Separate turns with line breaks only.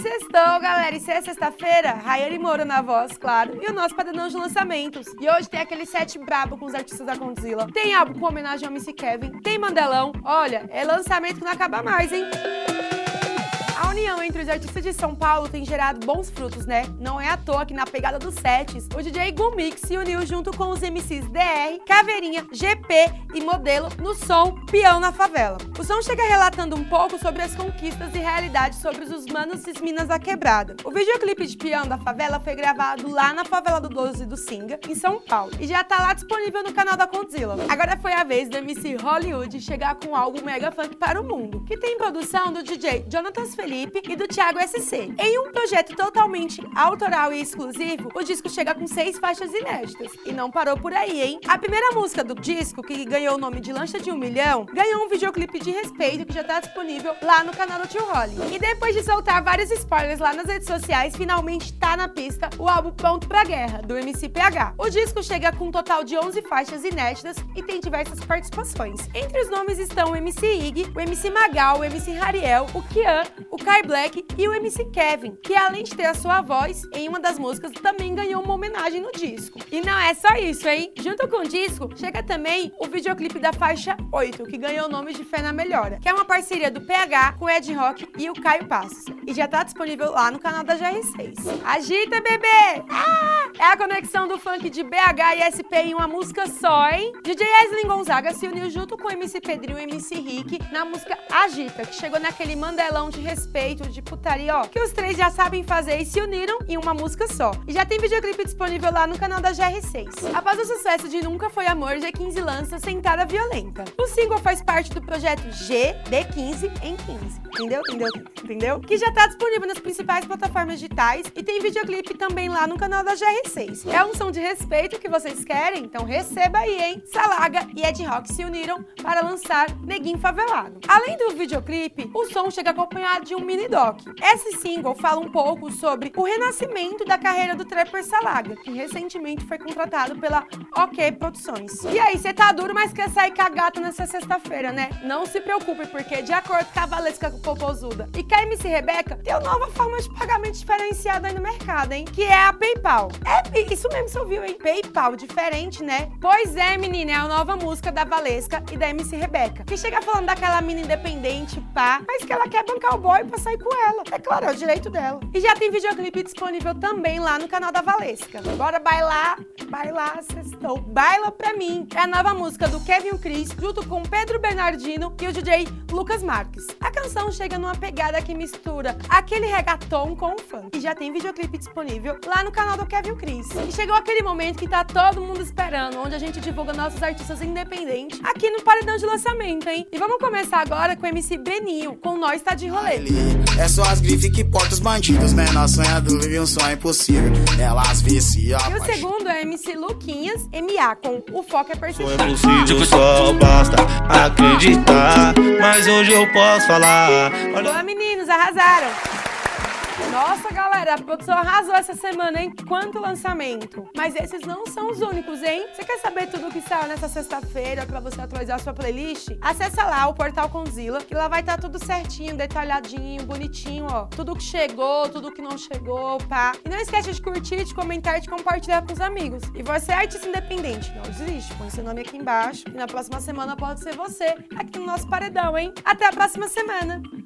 Sextou, galera, e se é sexta-feira, Rayane Moura na voz, claro, e o nosso padrão de lançamentos. E hoje tem aquele set brabo com os artistas da Condzilla, tem álbum com homenagem ao MC Kevin, tem Mandelão, olha, é lançamento que não acaba mais, hein? A união entre os artistas de São Paulo tem gerado bons frutos, né? Não é à toa que na pegada dos sets, o DJ Gumix se uniu junto com os MCs DR, Caveirinha, GP e Modelo no som Peão na Favela. O som chega relatando um pouco sobre as conquistas e realidades sobre os manos e minas da quebrada. O videoclipe de Peão da Favela foi gravado lá na favela do 12 do Singa, em São Paulo, e já tá lá disponível no canal da Condzilla. Agora foi a vez do MC Hollywood chegar com o álbum Mega Funk para o Mundo, que tem produção do DJ Jonathan Felipe e do Thiago SC. Em um projeto totalmente autoral e exclusivo, o disco chega com 6 faixas inéditas. E não parou por aí, hein? A primeira música do disco, que ganhou o nome de Lancha de 1 Milhão, ganhou um videoclipe de respeito que já tá disponível lá no canal do Tio Holly. E depois de soltar vários spoilers lá nas redes sociais, finalmente tá na pista o álbum Pronto Pra Guerra, do MC PH. O disco chega com um total de 11 faixas inéditas e tem diversas participações. Entre os nomes estão o MC Ig, o MC Magal, o MC Rariel, o Kian, o Kai Black e o MC Kevin, que além de ter a sua voz em uma das músicas, também ganhou uma homenagem no disco. E não é só isso, hein? Junto com o disco, chega também o videoclipe da faixa 8, que ganhou o nome de Fé na Melhora, que é uma parceria do PH com o Ed Rock e o Caio Passos. E já tá disponível lá no canal da GR6. Agita, bebê! É a conexão do funk de BH e SP em uma música só, hein? DJ Wesley Gonzaga se uniu junto com o MC Pedrinho e o MC Rick na música Agita, que chegou naquele mandelão de respeito, de putaria, ó, que os três já sabem fazer e se uniram em uma música só. E já tem videoclipe disponível lá no canal da GR6. Após o sucesso de Nunca Foi Amor, G15 lança Sentada Violenta. O single faz parte do projeto GD15 em 15. Entendeu? Que já tá disponível nas principais plataformas digitais e tem videoclipe também lá no canal da GR6. É um som de respeito que vocês querem? Então receba aí, hein? Salaga e Ed Rock se uniram para lançar Neguinho Favelado. Além do videoclipe, o som chega acompanhado de um mini doc. Esse single fala um pouco sobre o renascimento da carreira do trapper Salaga, que recentemente foi contratado pela OK Produções. E aí, você tá duro, mas quer sair com a gata nessa sexta-feira, né? Não se preocupe, porque de acordo com a Valesca Popozuda e com a MC Rebeca, tem uma nova forma de pagamento diferenciado aí no mercado, hein? Que é a PayPal. É isso mesmo, você ouviu, hein? PayPal, diferente, né? Pois é, menina, é a nova música da Valesca e da MC Rebeca, que chega falando daquela mina independente, pá, mas que ela quer bancar o boy pra sair com ela. É claro, é o direito dela. E já tem videoclipe disponível também lá no canal da Valesca. Bora bailar, sextou. Baila pra mim. É a nova música do Kevin Cris, junto com Pedro Bernardino e o DJ Lucas Marques. A canção chega numa pegada que mistura aquele reggaeton com o funk. E já tem videoclipe disponível lá no canal do Kevin Cris. E chegou aquele momento que tá todo mundo esperando, onde a gente divulga nossos artistas independentes aqui no Paredão de Lançamento, hein? E vamos começar agora com o MC Beninho, com Nós Tá de Rolê.
É só as grifes que portam os bandidos, menor sonhador vive um sonho impossível. Elas viciam.
E o segundo é MC Luquinhas, MA, com O Foco é Perceber.
Não é possível, só basta acreditar, mas hoje eu posso falar.
Olá, meninos, arrasaram! Nossa, galera, a produção arrasou essa semana, hein? Quanto lançamento! Mas esses não são os únicos, hein? Você quer saber tudo o que saiu nessa sexta-feira pra você atualizar a sua playlist? Acessa lá o portal Condzilla, que lá vai estar tudo certinho, detalhadinho, bonitinho, ó. Tudo que chegou, tudo que não chegou, pá. E não esquece de curtir, de comentar e de compartilhar com os amigos. E você é artista independente, não desiste. Põe seu nome aqui embaixo e na próxima semana pode ser você aqui no nosso paredão, hein? Até a próxima semana!